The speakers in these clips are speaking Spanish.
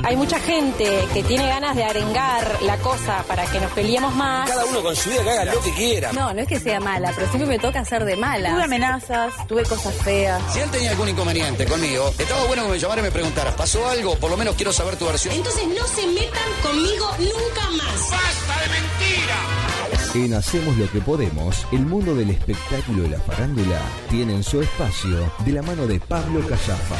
hay mucha gente que tiene ganas de arengar la cosa para que nos peleemos más. Cada uno con su vida que haga lo que quiera. No es que sea mala, pero siempre me toca hacer de mala. Tuve amenazas, tuve cosas feas. Si él tenía algún inconveniente conmigo, estaba bueno que me llamara y me preguntara, ¿pasó algo? Por lo menos quiero saber tu versión. Entonces no se metan conmigo nunca más. ¡Basta de mentira! En Hacemos lo que podemos, el mundo del espectáculo y la farándula tienen su espacio de la mano de Pablo Callafa.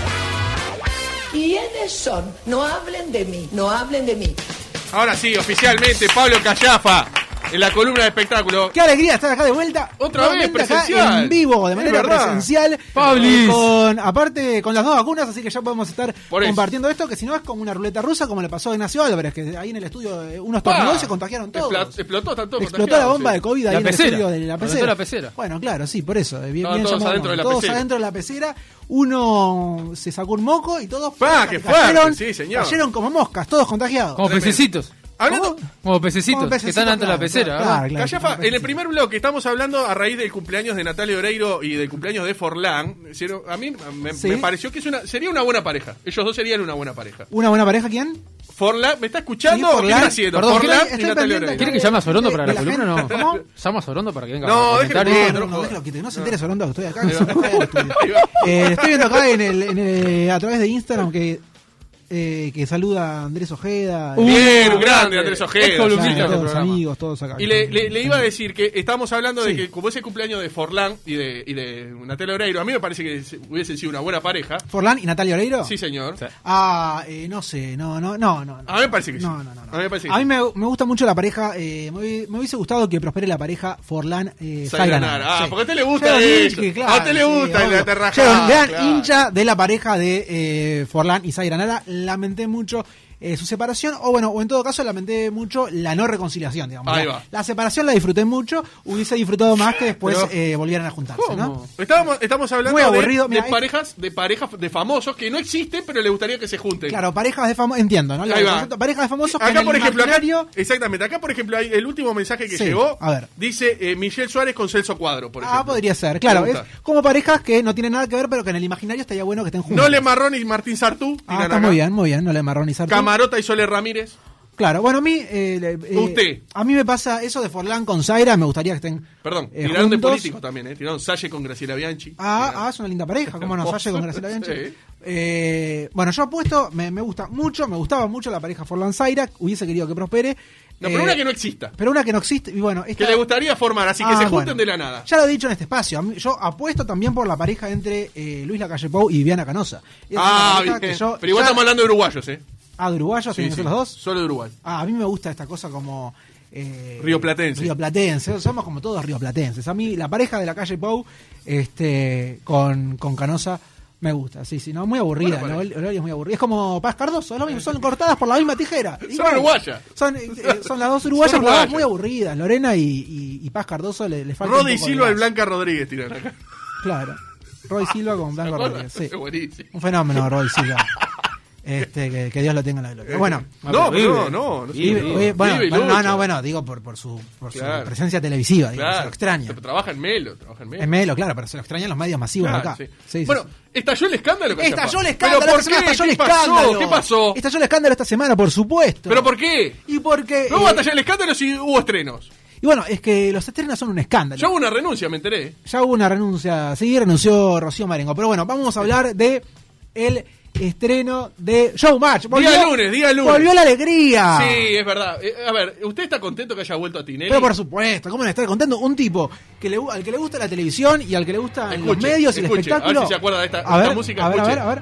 ¿Quiénes son? No hablen de mí, no hablen de mí. Ahora sí, oficialmente, Pablo Callafa, en la columna de espectáculo. Qué alegría estar acá de vuelta. Otra vez presencial. Acá en vivo, de manera presencial. Pablis. Aparte, con las 2 vacunas, así que ya podemos estar compartiendo esto, que si no es como una ruleta rusa, como le pasó a Ignacio Álvarez, que ahí en el estudio unos tornados se contagiaron todos. Explotó la bomba de COVID ahí en el estudio de la pecera. Bueno, claro, sí, por eso. Todos adentro de la pecera. Uno se sacó un moco y todos ¡qué fuerte! Sí, señor. Cayeron como moscas, todos contagiados. Como pececitos. Hablando como pececitos que están ante la pecera. Claro, Callafa, en el primer bloque estamos hablando a raíz del cumpleaños de Natalia Oreiro y del cumpleaños de Forlán. A mí me pareció que sería una buena pareja. Ellos dos serían una buena pareja. ¿Una buena pareja quién? Forlán, ¿me está escuchando? Sí, ¿Qué está haciendo? Perdón, Forlán y Natalia Oreiro. ¿Quiere que llame a Sorondo para la columna o no? ¿Cómo? ¿Llama a Sorondo para que venga? No, déjelo que no se entere Sorondo que estoy acá. Estoy viendo acá a través de Instagram que saluda a Andrés Ojeda. Bien, un grande Andrés Ojeda. Todos amigos, todos acá. Y le iba a decir que estábamos hablando de que como es el cumpleaños de Forlán y de Natalia Oreiro, a mí me parece que hubiesen sido una buena pareja. ¿Forlán y Natalia Oreiro? Sí, señor. Sí. No sé, no. A mí me parece que sí. A mí me gusta mucho la pareja, me hubiese gustado que prospere la pareja Forlán-Sayranara. Porque a usted le gusta eso. A usted le gusta el aterrajado. Gran hincha de la pareja de Forlán y Sayranara. Lamenté mucho su separación, o en todo caso lamenté mucho la no reconciliación, digamos. La separación la disfruté mucho, hubiese disfrutado más que después volvieran a juntarse, ¿no? Estamos hablando muy aburrido, de parejas de famosos que no existen, pero le gustaría que se junten. Claro, parejas de famosos, entiendo, ¿no? Parejas de famosos acá, por ejemplo, exactamente, acá por ejemplo hay el último mensaje que llegó, dice Michelle Suárez con Celso Cuadro, por ejemplo. Podría ser, claro, es como parejas que no tienen nada que ver, pero que en el imaginario estaría bueno que estén juntos. Nole Marrón y Martín Sartú. Está muy bien, Nole Marrón y Sartú. Camarota y Sole Ramírez. Claro, bueno, a mí usted. A mí me pasa eso de Forlán con Zaira, me gustaría que estén tiraron de políticos también, tiraron Salle con Graciela Bianchi. Es una linda pareja, ¿cómo no? Salle con Graciela Bianchi. Bueno, yo apuesto, me gustaba mucho la pareja Forlán-Zaira, hubiese querido que prospere. Pero una que no exista. Y bueno, que le gustaría formar, así que se junten de la nada. Ya lo he dicho en este espacio. Yo apuesto también por la pareja entre Luis Lacalle Pou y Viviana Canosa. Bien. Pero igual estamos hablando de uruguayos, ¿eh? ¿De uruguayos? Sí, los dos? Solo de Uruguay. A mí me gusta esta cosa como... Rioplatense. Somos como todos rioplatenses. A mí la pareja de Lacalle Pou con Canosa me gusta, sí, no, muy aburrida, el horario es muy aburrido. Es como Paz Cardoso, son cortadas por la misma tijera. Son uruguayas. Son las dos uruguayas, pero las dos muy aburridas. Lorena y Paz Cardoso le falta Rodi Silva y Blanca Rodríguez tiran acá. Claro, Rodi Silva con Blanca Rodríguez, sí. Buenísimo. Un fenómeno Rodi Silva. Que Dios lo tenga en la gloria. Bueno, digo por su presencia televisiva, se lo extraña. Trabaja en Melo. En Melo, claro, pero se lo extrañan los medios masivos de acá. Bueno, estalló el escándalo. Estalló el escándalo. ¿Qué pasó? Estalló el escándalo esta semana, por supuesto. ¿Pero por qué? Y porque no va a estallar el escándalo si hubo estrenos. Y bueno, es que los estrenos son un escándalo. Ya hubo una renuncia, me enteré. Renunció Rocío Marengo. Pero bueno, vamos a hablar de el estreno de Showmatch. Día lunes. Volvió la alegría. Sí, es verdad. A ver, ¿usted está contento que haya vuelto a Tinelli? Pero por supuesto, ¿cómo no estar contento? Un tipo al que le gusta la televisión y al que le gusta los medios y el espectáculo. A ver si se acuerda de esta música. A ver.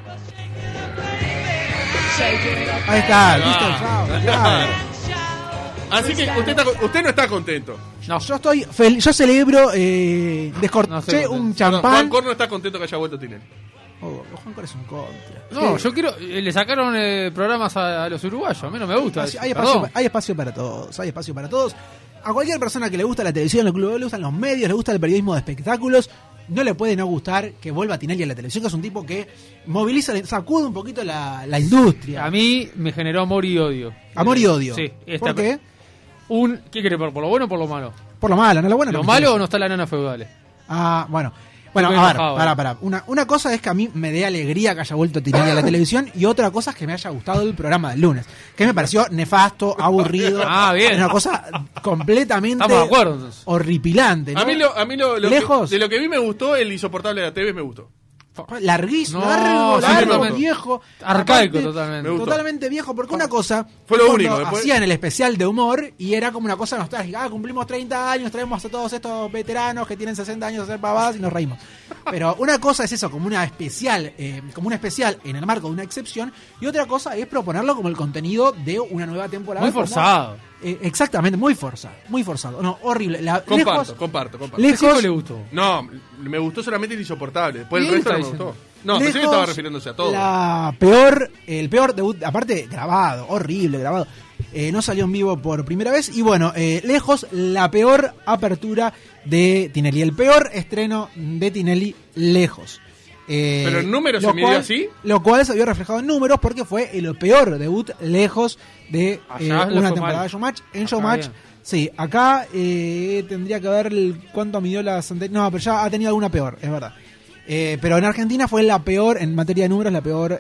Ahí está, listo el show. Así que usted no está contento. No, yo estoy feliz. Yo celebro, descorché un champán. Juan Cor no está contento que haya vuelto Tinelli. Juan Cor es un contra. No, yo quiero. Le sacaron programas a los uruguayos. A mí no me gusta. Hay espacio para todos. A cualquier persona que le gusta la televisión, le gustan los medios, le gusta el periodismo de espectáculos, no le puede no gustar que vuelva Tinelli a la televisión, que es un tipo que sacude un poquito la industria. A mí me generó amor y odio. ¿Amor y odio? Sí. ¿Por qué? ¿Qué quiere? ¿Por lo bueno o por lo malo? Por lo malo, no lo bueno. ¿Lo malo o no está la nana feudales? Bueno. Bueno, a ver, para. Una cosa es que a mí me dé alegría que haya vuelto Tinelli a la televisión y otra cosa es que me haya gustado el programa del lunes, que me pareció nefasto, aburrido. Bien. Una cosa completamente horripilante, ¿no? A mí lejos. De lo que vi me gustó, el insoportable de la TV me gustó. Larguísimo, largo, viejo. Arcaico, aparte, totalmente viejo, porque una cosa fue lo único. Hacían el especial de humor y era como una cosa nostálgica. Cumplimos 30 años, traemos a todos estos veteranos que tienen 60 años a hacer pavadas y nos reímos. Pero una cosa es eso, como una especial en el marco de una excepción, y otra cosa es proponerlo como el contenido de una nueva temporada. Muy forzado. Exactamente, muy forzado. No, horrible. Comparto. Lejos le gustó. No, me gustó solamente el insoportable. Después el resto no me gustó. No, pensé que estaba refiriéndose a todo. El peor debut, aparte grabado, horrible grabado. No salió en vivo por primera vez. Y bueno, lejos la peor apertura de Tinelli. El peor estreno de Tinelli, lejos. ¿Pero en números se midió así? Lo cual se vio reflejado en números porque fue el peor debut lejos de una temporada de Showmatch. En Showmatch, sí, acá tendría que ver cuánto midió las anteriores. No, pero ya ha tenido alguna peor, es verdad. Pero en Argentina fue la peor, en materia de números, la peor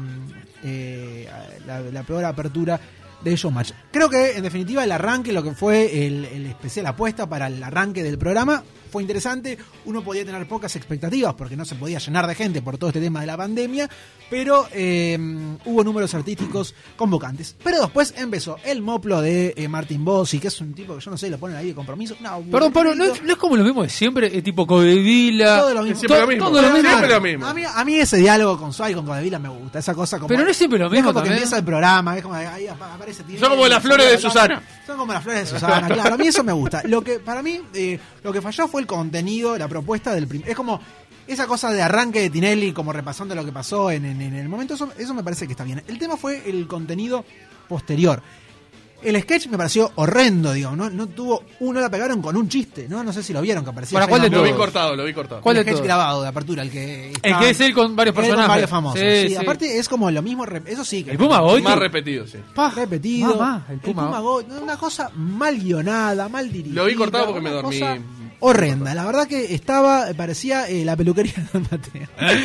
apertura de Showmatch. Creo que en definitiva el arranque, lo que fue el especial apuesta para el arranque del programa, fue interesante. Uno podía tener pocas expectativas porque no se podía llenar de gente por todo este tema de la pandemia, pero hubo números artísticos convocantes. Pero después empezó el moplo de Martín Bossi, que es un tipo que yo no sé, lo ponen ahí de compromiso. Perdón, Pablo, ¿no es como lo mismo de siempre? Tipo Codevila. Todo lo mismo. Siempre lo mismo. A mí ese diálogo con Suárez y con Codevila me gusta. Esa cosa como. Pero no es siempre lo mismo. Es como que empieza el programa, es como ahí aparece. Son como las flores de Susana. Son como las flores de Susana, claro. A mí eso me gusta. Para mí, lo que falló fue el contenido, la propuesta del primer. Es como esa cosa de arranque de Tinelli, como repasando lo que pasó en el momento. Eso me parece que está bien. El tema fue el contenido posterior. El sketch me pareció horrendo, digamos, no tuvo la pegaron con un chiste, no sé si lo vieron que aparecía. ¿Para cuál de todo? Lo vi cortado. ¿Cuál el sketch grabado de apertura, el que es él con varios personajes, con varios famosos. Sí. Aparte es como lo mismo, eso sí que el Puma Goy más repetido, sí. Repetido. El Puma Goy, una cosa mal guionada, mal dirigida. Lo vi cortado porque me dormí. Horrenda, la verdad que parecía la peluquería de Mateo.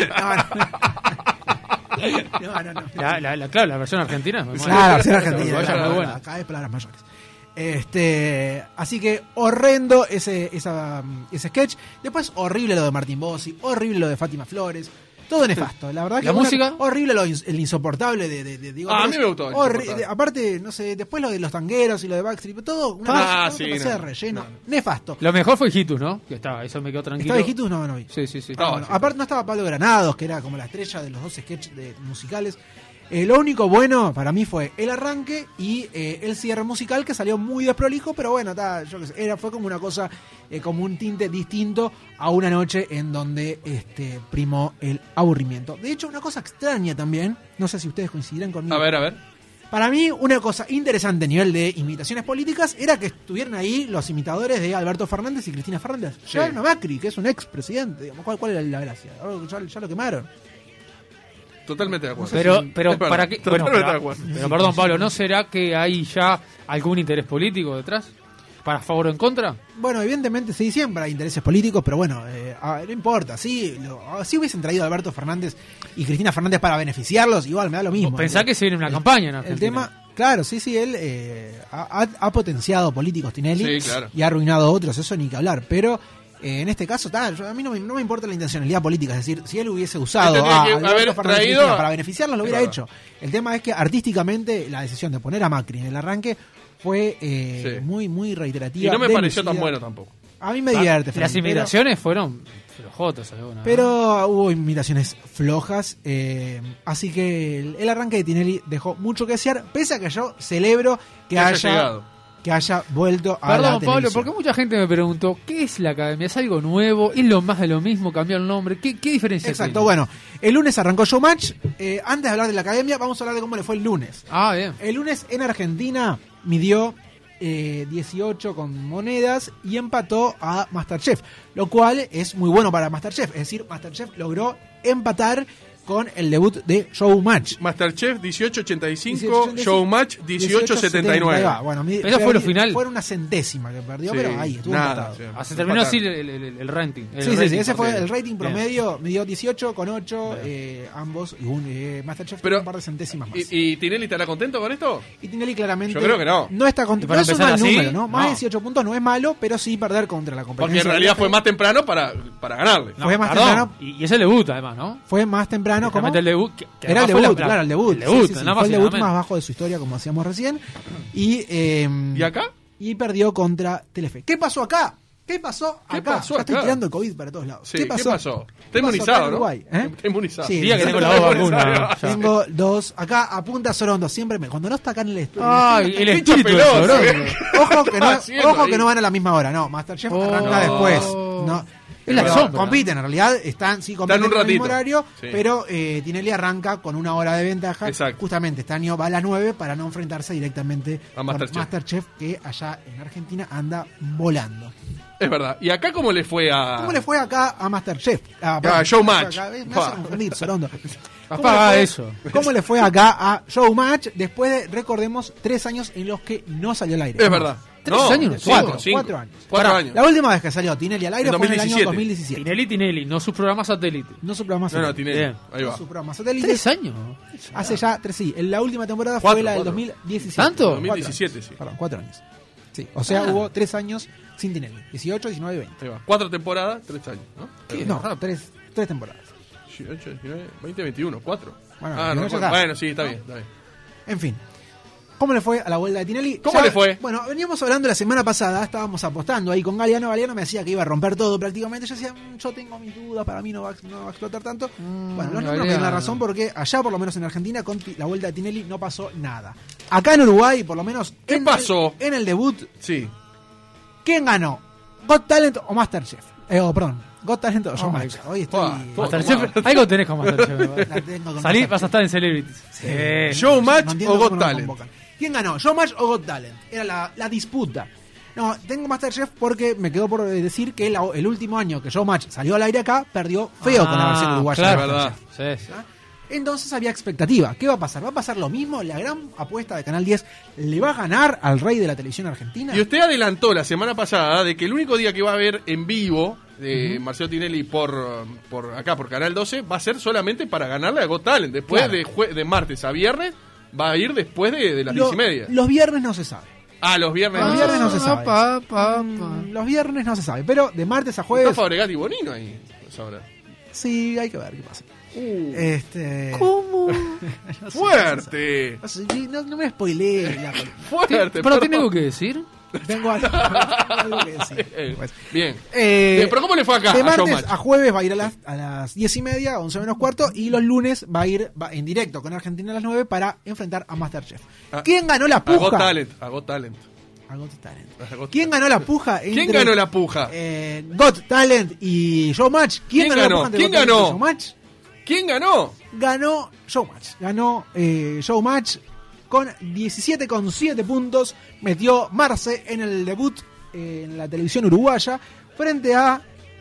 No. Claro, la versión argentina. La versión argentina. Muy buena. Cada vez palabras mayores. Así que horrendo ese sketch. Después horrible lo de Martín Bossi, horrible lo de Fátima Flores. Todo nefasto, la verdad que la música horrible el insoportable de Diego. A mí me gustó. Aparte, no sé, después lo de los tangueros y lo de Backstreet, todo una cosa de relleno, nefasto. Lo mejor fue Hitus, ¿no? Que estaba, eso me quedó tranquilo. ¿Estaba Hitus? No vi. Sí. Aparte no estaba Pablo Granados, que era como la estrella de los dos sketches musicales. Lo único bueno para mí fue el arranque y el cierre musical, que salió muy desprolijo, pero bueno, yo qué sé, fue como una cosa, como un tinte distinto a una noche en donde primó el aburrimiento. De hecho, una cosa extraña también, no sé si ustedes coincidirán conmigo. A ver. Para mí, una cosa interesante a nivel de imitaciones políticas era que estuvieran ahí los imitadores de Alberto Fernández y Cristina Fernández. Sí. Ya Macri, que es un expresidente, digamos, ¿cuál es la gracia? Ya lo quemaron. Totalmente de acuerdo. Pero ¿para qué? Pero perdón, Pablo, ¿no será que hay ya algún interés político detrás? ¿Para favor o en contra? Bueno, evidentemente sí, siempre hay intereses políticos, pero bueno, no importa. Si hubiesen traído a Alberto Fernández y Cristina Fernández para beneficiarlos, igual me da lo mismo. Pensá que se viene una campaña en Argentina. El tema, claro, sí, él ha potenciado políticos Tinelli, sí, claro, y ha arruinado a otros, eso ni que hablar, pero en este caso, a mí no me importa la intencionalidad política, es decir, si él hubiese usado a Alberto Fernández para beneficiarlos, lo hubiera hecho. El tema es que artísticamente la decisión de poner a Macri en el arranque fue muy, muy reiterativa. Y no me pareció tan bueno tampoco. A mí me divierte. Las imitaciones fueron flojotas algunas. Pero hubo imitaciones flojas, así que el arranque de Tinelli dejó mucho que desear, pese a que yo celebro que haya vuelto a la televisión. Perdón, Pablo, porque mucha gente me preguntó, ¿qué es la academia? ¿Es algo nuevo? ¿Es lo más de lo mismo? ¿Cambiar el nombre? ¿Qué diferencia Exacto, tiene? Bueno, el lunes arrancó Showmatch. Antes de hablar de la academia, vamos a hablar de cómo le fue el lunes. Bien. El lunes en Argentina midió 18 con monedas y empató a MasterChef, lo cual es muy bueno para MasterChef. Es decir, MasterChef logró empatar con el debut de Showmatch. Masterchef 1885, Showmatch 1879. Bueno, eso fue lo final. Fue una centésima que perdió, pero ahí estuvo empatado. Se terminó así el ranking. Sí, ese fue el rating promedio. Me dio 18 con 8 ambos y Masterchef pero, un par de centésimas más. ¿Y Tinelli estará contento con esto? Y Tinelli claramente yo creo que no. No está contento. No es un mal número, ¿no? Más de 18 puntos no es malo, pero sí perder contra la competencia. Porque en realidad fue más temprano para ganarle. Fue más temprano. Y es el debut, además, ¿no? Fue más temprano. Como el debut, era el debut, claro, el debut. Sí, fue el debut más bajo de su historia, como decíamos recién. ¿Y acá? Y perdió contra Telefe. ¿Qué pasó acá? ¿Qué pasó acá? Ya estoy tirando el COVID para todos lados. Sí, ¿Qué pasó? Está inmunizado, ¿no? Está inmunizado. Sí, día que tengo la voz vacuna. Tengo 2. Acá apunta Sorondo. Siempre cuando no está acá en el estudio. Ay, el espíritu de Sorondo. Ojo que no van a la misma hora. No, Masterchef arranca después. No. Compiten, en realidad están compiten en el mismo horario, pero Tinelli arranca con una hora de ventaja. Exacto. Justamente este año va a las 9 para no enfrentarse directamente a Masterchef, que allá en Argentina anda volando. Es verdad. ¿Y acá cómo le fue a...? ¿Cómo le fue acá a Masterchef? Showmatch. Me hace confundir, Sorondo. Eso. ¿Cómo le fue acá a Showmatch después de, recordemos, 3 años en los que no salió al aire? Es verdad. 3 años, 4 años. 4 años. La última vez que salió Tinelli al aire fue en el año 2017. Tinelli, no sus programas satélite. No sus programas satélite. No, Tinelli. Ahí va. No sus programas satélite. 3 años. Hace ya 3, sí. En la última temporada fue la del 2017. ¿Tanto? 2017, sí. Perdón, 4 años. Sí. O sea, hubo 3 años sin Tinelli. 18, 19 y 20. Ahí va. 4 temporadas, 3 años, ¿no? No, 3 temporadas. 18, 19, 20, 21, 4. Bueno, sí, está bien. En fin. ¿Cómo le fue a la vuelta de Tinelli? ¿Cómo le fue? Bueno, veníamos hablando la semana pasada, estábamos apostando ahí con Galeano. Galeano me decía que iba a romper todo prácticamente. Yo decía, yo tengo mis dudas, para mí no va a explotar tanto. Bueno, los números me dan la razón porque allá, por lo menos en Argentina, con la vuelta de Tinelli no pasó nada. Acá en Uruguay, por lo menos... ¿Qué pasó? En el debut... Sí. ¿Quién ganó? ¿Got Talent o Masterchef? Perdón. Got Talent o Showmatch. Hoy estoy... Masterchef, algo tenés con Masterchef. Salí, vas a estar en Celebrities. Sí. ¿Showmatch o Got Talent? ¿Quién ganó? ¿Showmatch o Got Talent? Era la disputa. No, tengo Masterchef porque me quedó por decir que el último año que Showmatch salió al aire acá, perdió feo con la versión uruguaya. Claro, verdad. Sí. Entonces había expectativa. ¿Qué va a pasar? ¿Va a pasar lo mismo? ¿La gran apuesta de Canal 10 le va a ganar al rey de la televisión argentina? Y usted adelantó la semana pasada de que el único día que va a haber en vivo de Marcelo Tinelli por acá, por Canal 12, va a ser solamente para ganarle a Got Talent. Después de martes a viernes, va a ir después de las 10:30. Los viernes no se sabe. Los viernes no se sabe. Los viernes no se sabe, pero de martes a jueves... Está Fabregat y Bonino ahí, ahora. Sí, hay que ver qué pasa. ¿Cómo? No ¡fuerte! No me spoileé. ¡Fuerte! ¿Pero tiene algo que decir? Tengo algo que decir. Bien. ¿Pero cómo le fue acá? De martes a jueves va a ir a las 10:30, 11 menos cuarto, y los lunes va en directo con Argentina a las 9 para enfrentar a Masterchef. ¿Quién ganó la puja? A Got Talent. ¿Quién ganó la puja? ¿Quién ganó la puja? Got Talent y Showmatch. ¿Quién ganó? ¿Quién ganó? ¿Quién ganó? Ganó Showmatch. Ganó Showmatch con 17,7 puntos. Metió Marce en el debut en la televisión uruguaya frente a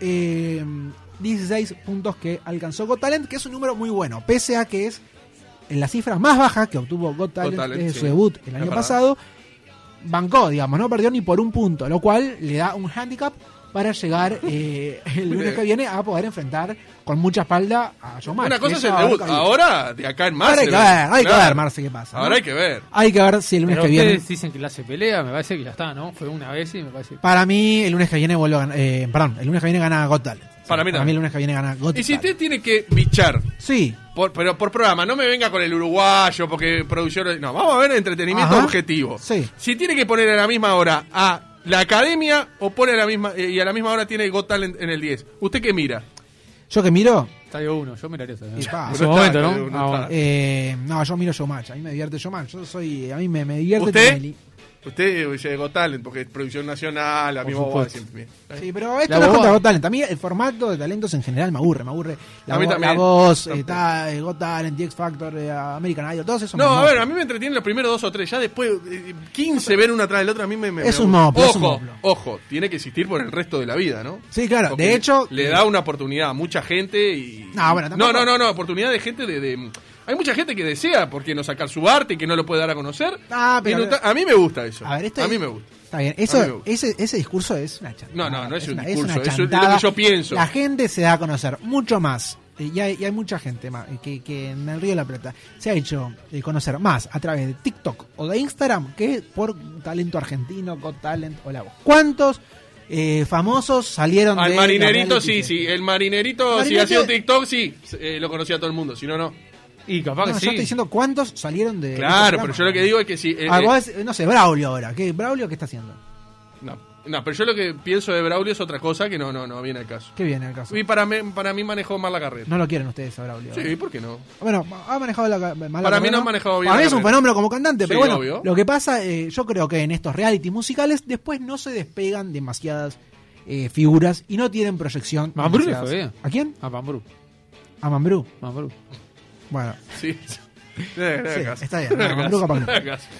16 puntos que alcanzó Got Talent, que es un número muy bueno, pese a que es en la cifra más baja que obtuvo Got Talent desde su debut el año pasado. Bancó, digamos, no perdió ni por un punto, lo cual le da un handicap para llegar el lunes que viene a poder enfrentar con mucha espalda a Showmatch. Una cosa es el debut, ahora de acá en marzo. Hay que ver, Marce, qué pasa. Ahora hay que ver. Hay que ver si el lunes que viene... Ustedes dicen que la hace pelea, me parece que ya está, ¿no? Fue una vez y me parece... Para mí, el lunes que viene vuelve a ganar... el lunes que viene gana Got Talent. Para mí el lunes que viene gana Got Talent. Y si usted tiene que bichar... Sí. Pero por programa, no me venga con el uruguayo, porque producción... No, vamos a ver entretenimiento objetivo. Sí. Si tiene que poner a la misma hora a la academia o pone a la misma y a la misma hora tiene Got Talent en el 10. ¿Usted qué mira? ¿Yo qué miro? Estadio 1, yo miraría eso. En ese momento, ¿no? No, yo miro Showmatch. A mí me divierte Showmatch. A mí me divierte ¿Usted? Tinelli. Usted dice Got Talent porque es producción nacional, la misma voz siempre. Sí, pero esto no es contra Got Talent. A mí el formato de talentos en general me aburre. La voz, Got Talent, X Factor, American Idol, todos esos. No, a ver, a mí me entretienen los primeros 2 o 3. Ya después 15 ven una tras del otro, a mí me es un moplo. Ojo, tiene que existir por el resto de la vida, ¿no? Sí, claro. Porque de hecho, le da una oportunidad a mucha gente y... No, oportunidad de gente de hay mucha gente que desea, ¿por qué no sacar su arte y que no lo puede dar a conocer? Pero a mí me gusta eso. A mí me gusta. Está bien, ese discurso es una chantada. No es un discurso, es lo que yo pienso. La gente se da a conocer mucho más, y hay mucha gente más que en el Río de la Plata se ha hecho conocer más a través de TikTok o de Instagram que por talento argentino, Got Talent o La Voz. ¿Cuántos famosos salieron al de Marinerito? Sí, el Marinerito, si hacía un TikTok, sí, lo conocía todo el mundo, si no. Y capaz que sí. Yo estoy diciendo cuántos salieron de. Claro, pero yo lo que digo es que si. No sé, Braulio ahora. ¿Braulio qué está haciendo? No, pero yo lo que pienso de Braulio es otra cosa que no viene al caso. ¿Qué viene al caso? Y para mí manejó mal la carrera. No lo quieren ustedes a Braulio. Sí, ¿por qué no? Bueno, ha manejado mal la carrera. Para mí no ha manejado bien. Para mí es un fenómeno como cantante, pero bueno, obvio. Lo que pasa, yo creo que en estos reality musicales después no se despegan demasiadas figuras y no tienen proyección. Mambrú le fue bien. ¿A quién? A Mambrú. ¿A Mambrú? Mambrú. Bueno. Sí. Está bien. Mambrú capaz no.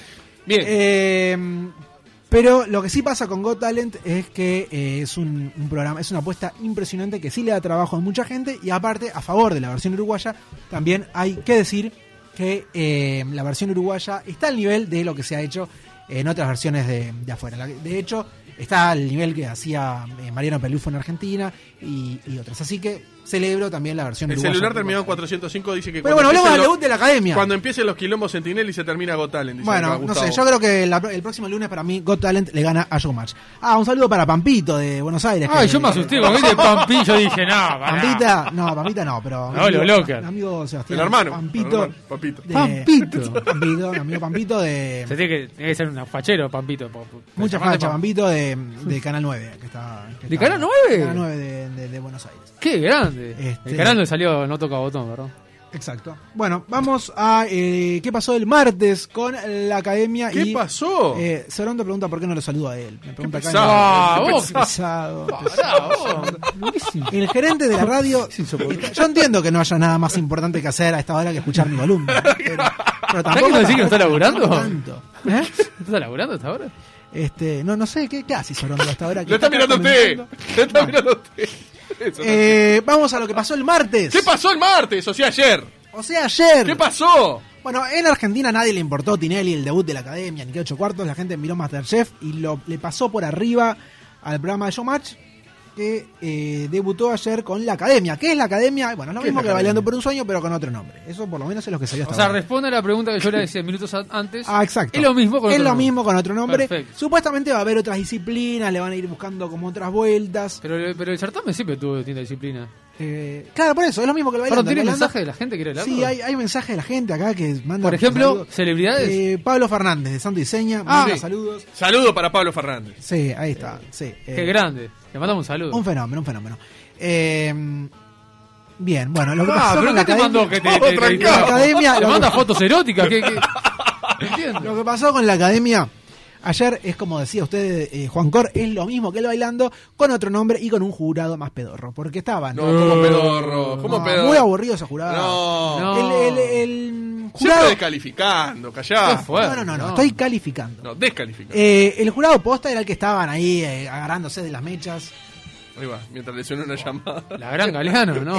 Bien. Pero lo que sí pasa con Got Talent es que es un programa, es una apuesta impresionante que sí le da trabajo a mucha gente y aparte, a favor de la versión uruguaya, también hay que decir que la versión uruguaya está al nivel de lo que se ha hecho en otras versiones de afuera. De hecho, está al nivel que hacía Mariano Pelufo en Argentina y otras. Así que celebro también la versión uruguaya. El celular terminado en 405 dice que... Pero bueno, hablemos del debut de la Academia. Cuando empiecen los quilombos Sentinel y se termina Got Talent. Dice bueno, no sé, yo creo que el próximo lunes para mí Got Talent le gana a Showmatch. Un saludo para Pampito de Buenos Aires. Yo me asusté cuando viste Pampito, yo dije, Pampita no, pero... No, lo loca. Mi amigo Sebastián. El hermano. Pampito. Mi amigo Pampito de... Se tiene que ser un fachero, Pampito. Mucha facha, Pampito de Canal 9. ¿De Canal 9? Canal 9 de Buenos Aires. ¡Qué grande! El canal donde salió No Toca Botón, ¿verdad? Exacto. Bueno, vamos a qué pasó el martes con la Academia. ¿Qué pasó? Sorondo pregunta por qué no lo saluda a él. Me pregunta qué pesado. El gerente de la radio. Yo entiendo que no haya nada más importante que hacer a esta hora que escuchar mi columna. Pero tampoco. ¿No decís que no está laburando? ¿No está laburando hasta ahora? No sé, ¿qué hace Sorondo hasta ahora? Lo está mirando usted. Vamos a lo que pasó el martes. ¿Qué pasó el martes? O sea, ayer. ¿Qué pasó? Bueno, en Argentina a nadie le importó Tinelli el debut de la Academia, ni que 8 cuartos. La gente miró Masterchef y le pasó por arriba al programa de Showmatch que debutó ayer con la Academia. ¿Qué es la Academia? Bueno, es lo mismo que Bailando por un Sueño, pero con otro nombre. Eso por lo menos es lo que salió hasta ahora. Responde a la pregunta que yo le decía minutos antes. Exacto. Es lo mismo con otro nombre. Perfecto. Supuestamente va a haber otras disciplinas, le van a ir buscando como otras vueltas. Pero el certamen siempre tuvo distintas disciplinas. Claro, por eso, es lo mismo que el Bailando. ¿Tiene mensaje de la gente que quiere hablar? Sí, hay mensaje de la gente acá que manda. Por ejemplo, celebridades. Pablo Fernández de Santo Diseña, saludos. Saludo para Pablo Fernández. Sí, ahí está. Qué grande. Le mandamos un saludo. Un fenómeno. Bien, bueno, lo que pasó con la Academia. ¿Le manda fotos eróticas? Lo que pasó con la Academia ayer es, como decía usted, Juan Cor, es lo mismo que el Bailando, con otro nombre y con un jurado más pedorro. Porque estaban. ¿Cómo pedorro? Pedorro? Muy aburrido ese jurado. El jurado. Siempre descalificando, callá. No, estoy calificando. No, descalificando. El jurado posta era el que estaban ahí agarrándose de las mechas. Ahí va, mientras le suena una llamada. La gran Galeano, ¿no?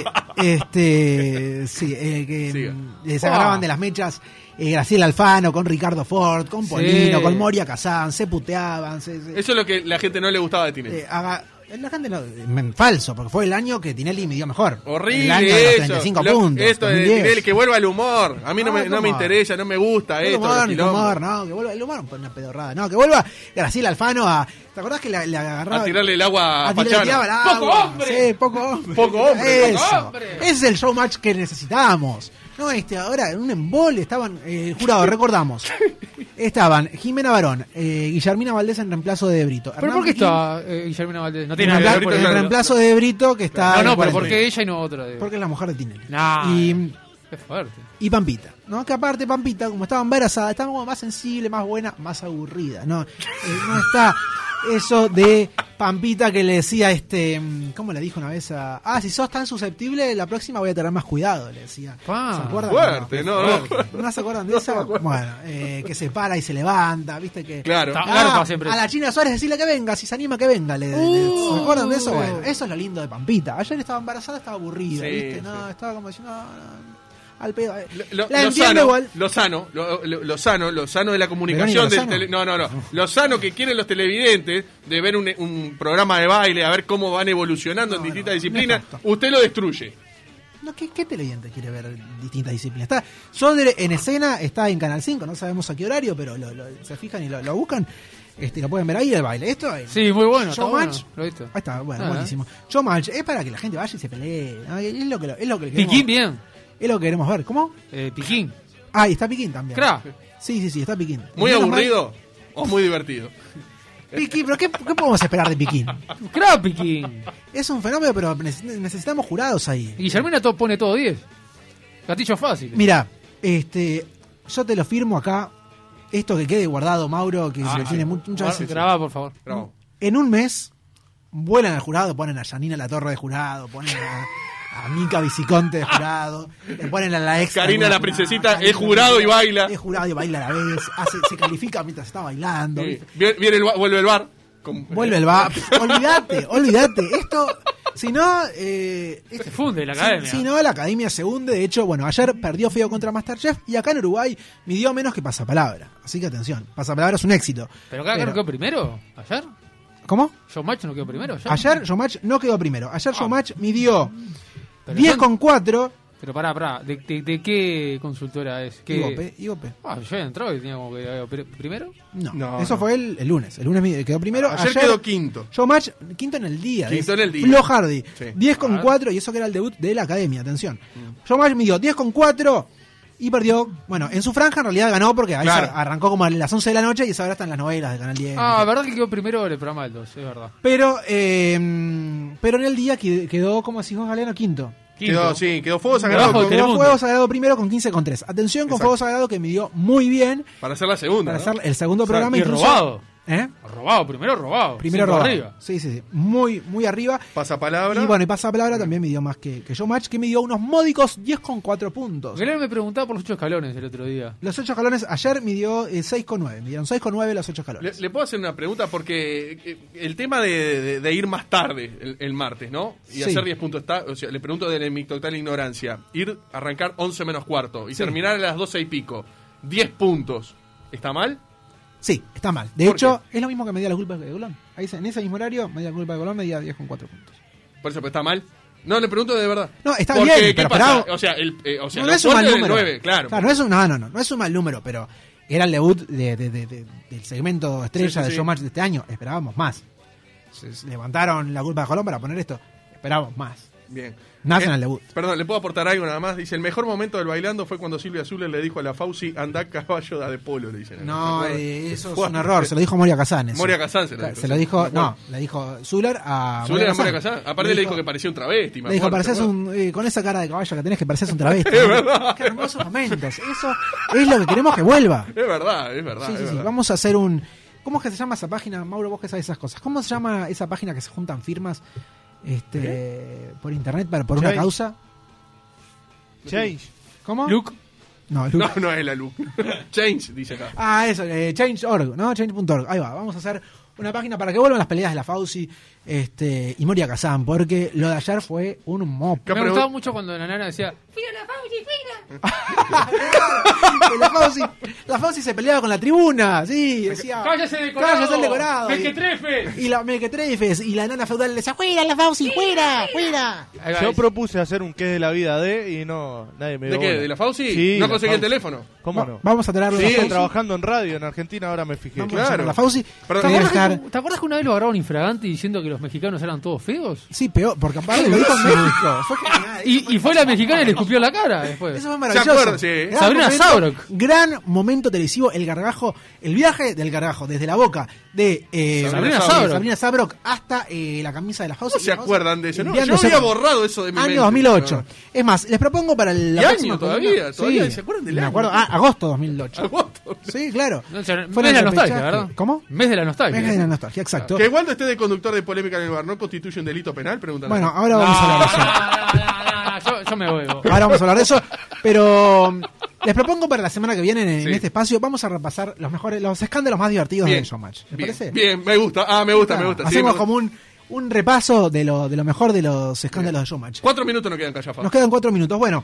Que se agarraban de las mechas Graciela Alfano con Ricardo Ford, con Polino, con Moria Kazán, se puteaban. Eso es lo que la gente no le gustaba de Tinelli. La gente falso, porque fue el año que Tinelli midió mejor. Horrible. El año de los 35 puntos. Esto de Tinelli, que vuelva el humor. A mí no me interesa, no me gusta esto. Que vuelva el humor, una pedorrada. No, que vuelva Graciela Alfano a. ¿Te acordás que le agarraba? A tirarle el agua a Pachano. ¡Poco hombre! Sí, poco hombre. Eso. Ese es el showmatch que necesitábamos. No, ahora en un embole estaban el jurado, recordamos. Estaban Jimena Barón, Guillermina Valdés en reemplazo de Brito. ¿Pero por qué está Guillermina Valdés? No tiene nada que ver. En reemplazo de Brito, que está. No, pero ¿por qué ella y no otra? Porque es la mujer de Tinelli. Qué fuerte. Y Pampita. ¿no? Que aparte Pampita, como estaba embarazada, estaba como más sensible, más buena, más aburrida, ¿no? No está eso de Pampita que le decía, ¿cómo le dijo una vez si sos tan susceptible, la próxima voy a tener más cuidado, le decía. ¿Se acuerdan? Fuerte, ¿No se acuerdan de eso? Bueno, que se para y se levanta, ¿viste? Que claro. A la China Suárez decirle que venga, si se anima que venga. ¿Se acuerdan de eso? Bueno, eso es lo lindo de Pampita. Ayer estaba embarazada, estaba aburrida, ¿viste? Sí. No, estaba como diciendo, al pedo. Lo sano de la comunicación lo sano que quieren los televidentes de ver un programa de baile, a ver cómo van evolucionando en distintas disciplinas. Usted lo destruye. No, ¿qué televidente quiere ver distintas disciplinas? Sodre en escena, está en Canal 5, no sabemos a qué horario, pero se fijan y lo buscan. Lo pueden ver ahí el baile. Esto es. Sí, muy bueno. Showmatch. Lo viste. Ahí está, bueno, buenísimo. Showmatch es para que la gente vaya y se pelee, ¿no? Es lo que queremos. Piquín, bien. Es lo que queremos ver. ¿Cómo? Piquín. Y está Piquín también. Crack. Sí, está Piquín. ¿Muy aburrido o muy divertido? Piquín, pero ¿qué podemos esperar de Piquín? Crack, Piquín. Es un fenómeno, pero necesitamos jurados ahí. Guillermina pone todo 10. Gatillo fácil. Mira, yo te lo firmo acá. Esto que quede guardado, Mauro, que tiene muchas veces. Grabá, por favor. En un mes, vuelan al jurado, ponen a Janina La Torre de jurado, ponen a Mica Viciconte de jurado, le ponen a la ex. Karina la princesita es jurado y baila. Es jurado y baila a la vez. Se califica mientras está bailando. Sí. Vuelve el bar. Vuelve el bar. Olvídate. Esto. Si no, se funde la academia. Si no, la academia se hunde. De hecho, ayer perdió feo contra Masterchef y acá en Uruguay midió menos que Pasapalabra. Así que atención, Pasapalabra es un éxito. ¿Pero acá no quedó primero? ¿Ayer? ¿Cómo? ¿Showmatch no quedó primero? Ayer Showmatch no quedó primero. Ayer Showmatch midió 10,4. Pero pará, ¿de qué consultora es? IVOP. Yo entró y tenía como que primero. No, eso fue el lunes. El lunes quedó primero. Ayer quedó quinto. Showmatch, quinto en el día. Flo Hardy, 10,4, y eso que era el debut de la academia, atención. Showmatch midió 10,4 y perdió. Bueno, en su franja en realidad ganó porque ahí arrancó como a las 11 de la noche y esa hora están las novelas de Canal 10. Verdad que quedó primero el programa del 2, es verdad. Pero en el día quedó, como decís vos, Galeano, quinto. Quedó Fuego Sagrado. Quedó Fuego Sagrado primero con 15,3. Atención con Fuego Sagrado, que midió muy bien. Para hacer la segunda. Para hacer el segundo programa. Y robado. Primero robado. Arriba. Sí. Muy arriba. Pasapalabra. Y Pasapalabra también midió más que Showmatch, que midió unos módicos 10,4 puntos. Galera me preguntaba por los 8 escalones el otro día. Los 8 escalones ayer midió 6,9. Midieron 6,9 los 8 escalones. ¿Le puedo hacer una pregunta? Porque el tema de ir más tarde el martes, ¿no? Y hacer 10 puntos. Le pregunto de mi total ignorancia. Arrancar 11 menos cuarto y terminar a las 12 y pico. 10 puntos. ¿Está mal? Sí, está mal. De hecho, es lo mismo que medía la culpa de Colón. Ahí en ese mismo horario, medía la culpa de Colón, medía 10,4 puntos. Por eso, pero está mal. No, le pregunto de verdad. No, está bien. ¿Qué pasa? O sea, no es un mal número. 9, claro. No es un mal número, pero era el debut del segmento estrella de Showmatch de este año. Esperábamos más. Se levantaron la culpa de Colón para poner esto. Esperábamos más. Bien. Nacen al debut. Perdón, ¿le puedo aportar algo nada más? Dice, el mejor momento del bailando fue cuando Silvia Zuller le dijo a la Fauci, andá caballo de polo, le dicen. No, eso es un error, se lo dijo Moria Kazan. Moria Kazan se lo dijo. Le dijo Zuller a Moria Kazan. Aparte le dijo que parecía un travesti. Le dijo, parecés con esa cara de caballo que tenés, que parecés un travesti. Es verdad. Qué hermosos momentos. Eso es lo que queremos que vuelva. Es verdad. Sí. Vamos a hacer un... ¿Cómo es que se llama esa página? Mauro, vos que sabés esas cosas. ¿Cómo se llama esa página que se juntan firmas por internet por una causa? Change. ¿Cómo? Luke. No es la Luke. Change, dice acá. Eso, Change.org, ¿no? Change.org. Ahí va, vamos a hacer una página para que vuelvan las peleas de la Fauci y Moria Kazan, porque lo de ayer fue un mop. Me gustaba mucho cuando la nana decía, ¡Fira la Fauci, fira! la Fauci se peleaba con la tribuna, sí, decía, ¡cállese el decorado! ¡Mequetrefes! Y la Mequetrefes, y la nana feudal le decía, ¡fuera la Fauci, fuera! Yo propuse hacer un qué de la vida y nadie me dio. ¿De qué? ¿De la Fauci? Sí, no conseguí el teléfono. ¿Cómo no? Vamos a tenerlo. Siguen trabajando en radio en Argentina, ahora me fijé. Claro. La Fauci. Perdón, ganar. ¿Te acuerdas que una vez lo agarraron infragante diciendo que los mexicanos eran todos feos? Sí, peor, porque aparte lo dijo en México. Fue genial. Y fue la mexicana y le escupió la cara después. Eso fue maravilloso. Sabrina Sabrok. Gran momento televisivo, el gargajo, el viaje del gargajo, desde la boca de Sabrina Sabrok hasta la camisa de la House. ¿No se acuerdan de eso? No, yo había borrado eso de mi mente. Año 2008. No. Es más, les propongo para la próxima todavía ¿se acuerdan del año? Me acuerdo, agosto 2008. Agosto. Sí, claro. Mes de la nostalgia, ¿verdad? ¿Cómo? Mes de la nostalgia. Mes de la nostalgia, exacto. Que cuando esté de conductor de polémica en el bar, ¿no constituye un delito penal? Preguntan. Bueno, ahora vamos a hablar de eso. Yo me voy. Ahora vamos a hablar de eso, pero les propongo para la semana que viene en este espacio vamos a repasar los escándalos más divertidos del Showmatch. ¿Les parece? Bien, me gusta. Me gusta. Hacemos como un repaso de lo mejor de los escándalos de Showmatch. 4 minutos nos quedan, Callafa. Nos quedan 4 minutos. Bueno,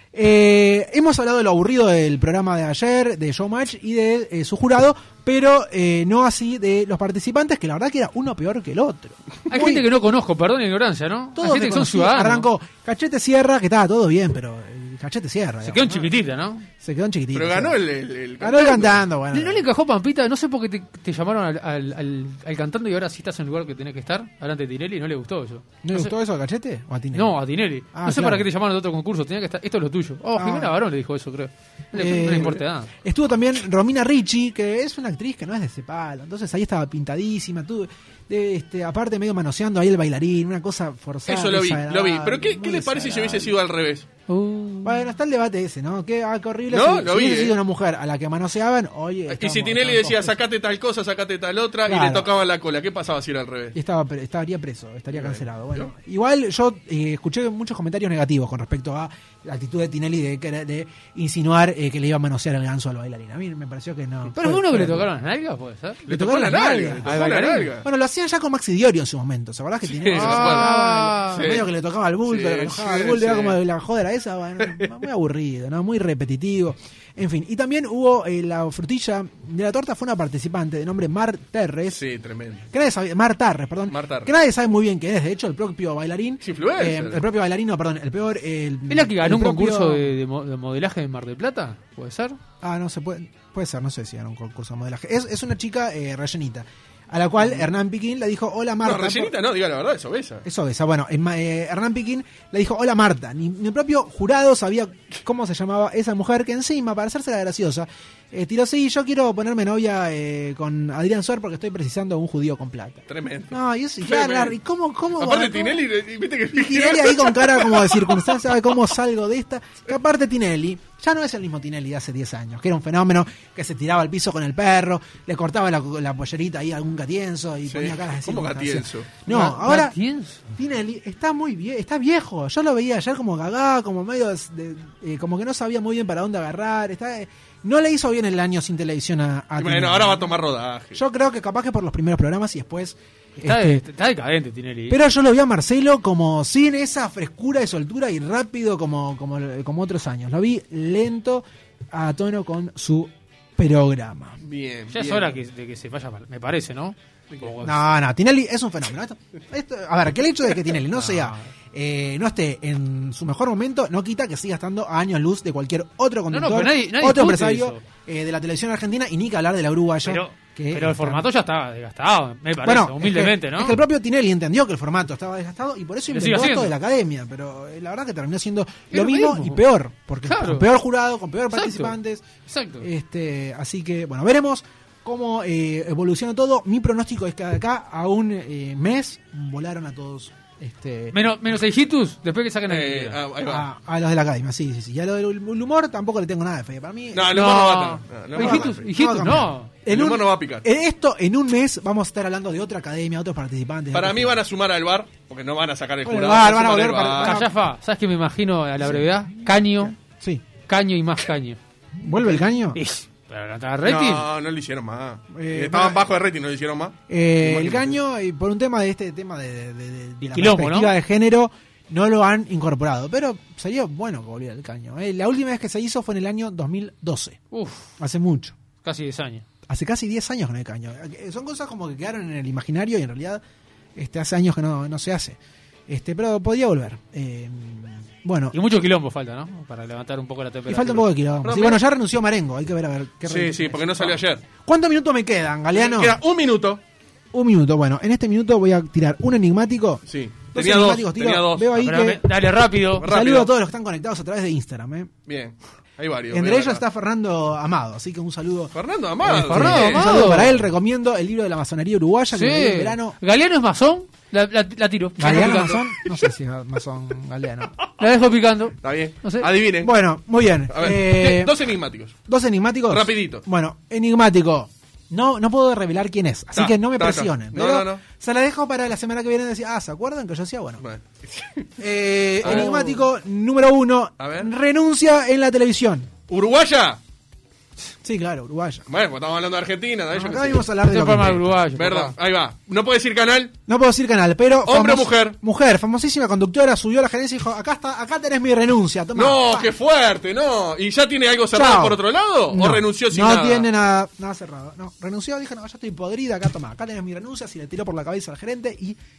hemos hablado de lo aburrido del programa de ayer, de Showmatch y de su jurado, pero no así de los participantes, que la verdad que era uno peor que el otro. Hay gente que no conozco, perdón la ignorancia, ¿no? Hay gente que son ciudadanos. Arrancó Cachete Sierra, que estaba todo bien, pero Cachete Sierra. Se quedó en chiquitita, ¿no? Se quedó en chiquitita. Pero ganó ganó el cantando, bueno. ¿No le encajó Pampita? No sé por qué te llamaron al cantando y ahora sí estás en el lugar que tenés que estar, delante de Tinelli, y no le gustó eso. ¿No le gustó eso a Cachete o a Tinelli? No, a Tinelli. No sé para qué te llamaron de otro concurso, tenía que estar, esto es lo tuyo. Jimena Barón le dijo eso, creo. No le importa nada. Estuvo también Romina Ricci, que es una actriz que no es de ese palo, entonces ahí estaba pintadísima, aparte medio manoseando ahí el bailarín, una cosa forzada. Eso lo vi. Pero ¿qué les parece si hubiese sido al revés? Bueno, está el debate ese, ¿no? Qué horrible si hubiese sido una mujer a la que manoseaban, oye... Y si Tinelli decía, sacate tal cosa, sacate tal otra, claro, y le tocaban la cola, ¿qué pasaba si era al revés? Y estaría preso, estaría cancelado. Bueno, igual yo escuché muchos comentarios negativos con respecto a la actitud de Tinelli de insinuar que le iba a manosear el ganso al bailarín. A mí me pareció que no. Pero uno que le tocaron las nalgas, ¿puede ser? Le tocó la nalga. Bueno, lo hacían ya con Maxi Diorio en su momento, ¿se acordás que Tinelli? Medio que le tocaba al bulto, le enojaba al bulto, era como la joda era esa, bueno, muy aburrido, ¿no? Muy repetitivo. En fin, y también hubo la frutilla de la torta, fue una participante de nombre Mar Terres. Sí, tremendo. Mar Tarres, perdón. Que nadie sabe muy bien quién es, de hecho, el propio bailarín. El propio bailarín, no, perdón, el peor. ¿Es la que ganó un concurso de modelaje en Mar del Plata? ¿Puede ser? No se puede ser, no sé si ganó un concurso de modelaje. Es una chica rellenita. A la cual Hernán Piquín le dijo, hola Marta. No, rellenita no, diga la verdad, es obesa. Es obesa, bueno, Hernán Piquín le dijo, hola Marta. Ni el propio jurado sabía cómo se llamaba esa mujer, que encima, para hacerse la graciosa, tiró, sí, yo quiero ponerme novia con Adrián Suar porque estoy precisando un judío con plata. Tremendo. No, y eso, claro, ¿y cómo? Aparte Tinelli, viste que Tinelli ahí con cara como de circunstancia, ¿sabe cómo salgo de esta? Que aparte Tinelli ya no es el mismo Tinelli de hace 10 años, que era un fenómeno que se tiraba al piso con el perro, le cortaba la pollerita ahí a algún gatienzo y ponía caras de ¿Cómo gatienzo? No, ahora ¿Gatienzo? Tinelli está muy bien, está viejo. Yo lo veía ayer como gagá, como medio como que no sabía muy bien para dónde agarrar. No le hizo bien el año sin televisión a Bueno, Tinelli. ahora va a tomar rodaje. Yo creo que capaz que por los primeros programas y después... Está decadente Tinelli. Pero yo lo vi a Marcelo como sin esa frescura y soltura y rápido como otros años. Lo vi lento, a tono con su programa. Bien. Ya es hora de que se vaya, me parece, ¿no? No, Tinelli es un fenómeno. A ver, que el hecho de que Tinelli no esté en su mejor momento no quita que siga estando a años luz de cualquier otro conductor, nadie otro empresario de la televisión argentina, y ni que hablar de la uruguaya. Pero el formato ya estaba desgastado, me parece, humildemente, ¿no? Es que el propio Tinelli entendió que el formato estaba desgastado y por eso inventó esto de la academia, pero la verdad que terminó siendo lo mismo y peor, porque con peor jurado, con peor participantes. Exacto. Así que, bueno, veremos cómo evoluciona todo. Mi pronóstico es que de acá a un mes volaron a todos. Menos el hitus, después que saquen a los de la academia, sí. Y a lo del humor tampoco le tengo nada de fe. Para mí. No, el humor no va a Hitus, no. El humor no va a picar. En un mes vamos a estar hablando de otra academia, otros participantes. Para mí van a sumar al bar, porque no van a sacar el jurado. Van a volver para Callafa, ¿sabes qué me imagino a la brevedad? Caño. Sí. Caño y más caño. ¿Vuelve el caño? ¿Pero no estaba rating? No le hicieron más. Estaban bajo de rating, no le hicieron más. El caño, por un tema de la quilombo, perspectiva, ¿no? de género, no lo han incorporado. Pero sería bueno que volviera el caño. La última vez que se hizo fue en el año 2012. Hace mucho. Casi 10 años. Hace casi 10 años con el caño. Son cosas como que quedaron en el imaginario y en realidad hace años que no se hace. Pero podría volver. Bueno. Y mucho quilombo falta, ¿no? Para levantar un poco la temperatura. Y falta un poco de quilombo. Sí, bueno, ya renunció Marengo. Hay que ver a ver qué Sí, porque no salió ayer. ¿Cuántos minutos me quedan, Galeano? Queda un minuto. un minuto. Bueno, en este minuto voy a tirar un enigmático. Sí. Tenía dos. Veo ahí que... Dale, rápido. Saludo a todos los que están conectados a través de Instagram. Bien. Hay varios. Entre ellos está Fernando Amado, así que un saludo. Fernando Amado. Un saludo para él. Recomiendo el libro de la masonería uruguaya que leí en verano. ¿Galeano es masón? La tiro. ¿Galeano masón? No sé si es masón Galeano. La dejo picando. Está bien. No sé. Adivinen. Bueno, muy bien. A ver, dos enigmáticos. ¿Dos enigmáticos? Rapidito. Bueno, enigmático. No puedo revelar quién es, así que no me presionen. Pero se la dejo para la semana que viene decir, ¿se acuerdan que yo decía? Bueno. Enigmático número 1. Renuncia en la televisión. ¿Uruguaya? Sí, claro, uruguaya. Bueno, pues estamos hablando de Argentina. Acá vamos a hablar de uruguayo. Verdad, ahí va. ¿No puede decir canal? No puedo decir canal, pero... ¿Hombre o mujer? Mujer, famosísima conductora, subió a la gerencia y dijo, acá tenés mi renuncia. Tomá, no, qué fuerte, no. ¿Y ya tiene algo cerrado por otro lado? ¿O renunció sin nada? No tiene nada cerrado. No, renunció, dijo, no, ya estoy podrida, acá tenés mi renuncia, se le tiró por la cabeza al gerente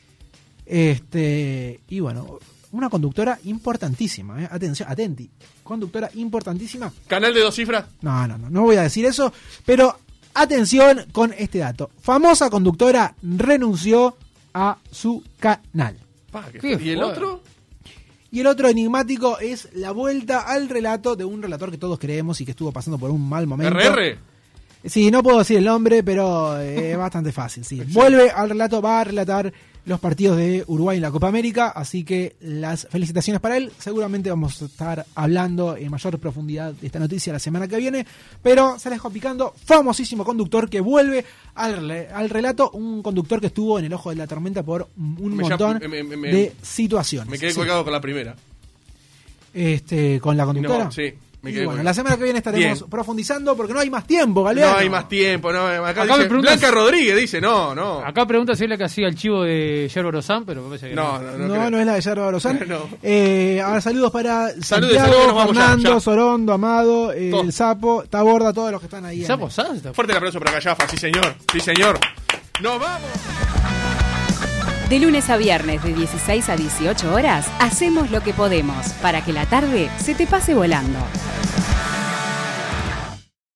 y bueno... Una conductora importantísima, atención, atenti. Conductora importantísima. ¿Canal de 2 cifras? No voy a decir eso, pero atención con este dato. Famosa conductora renunció a su canal. ¿Y el otro? Y el otro enigmático es la vuelta al relato de un relator que todos creemos y que estuvo pasando por un mal momento. ¿RR? Sí, no puedo decir el nombre, pero es bastante fácil, sí. Vuelve al relato, va a relatar los partidos de Uruguay en la Copa América, así que las felicitaciones para él. Seguramente vamos a estar hablando en mayor profundidad de esta noticia la semana que viene, pero se la dejó picando. Famosísimo conductor que vuelve al relato, un conductor que estuvo en el ojo de la tormenta por un montón de situaciones. Me quedé colgado con la primera. ¿Con la conductora? No, sí. Bueno, la semana que viene estaremos profundizando porque no hay más tiempo, Galeano. No hay más tiempo. Acá dice, Blanca Rodríguez dice, no. Acá pregunta si es la que hacía el chivo de Yerba Rozán, pero me parece que no es la de Yerba Rozán. Ahora saludos para saludos, Santiago, Fernando, Sorondo, Amado, el Sapo, Taborda, todos los que están ahí. ¿Sapo? Fuerte el aplauso para Callafa, sí señor. ¡Nos vamos! De lunes a viernes de 16 a 18 horas, hacemos lo que podemos para que la tarde se te pase volando.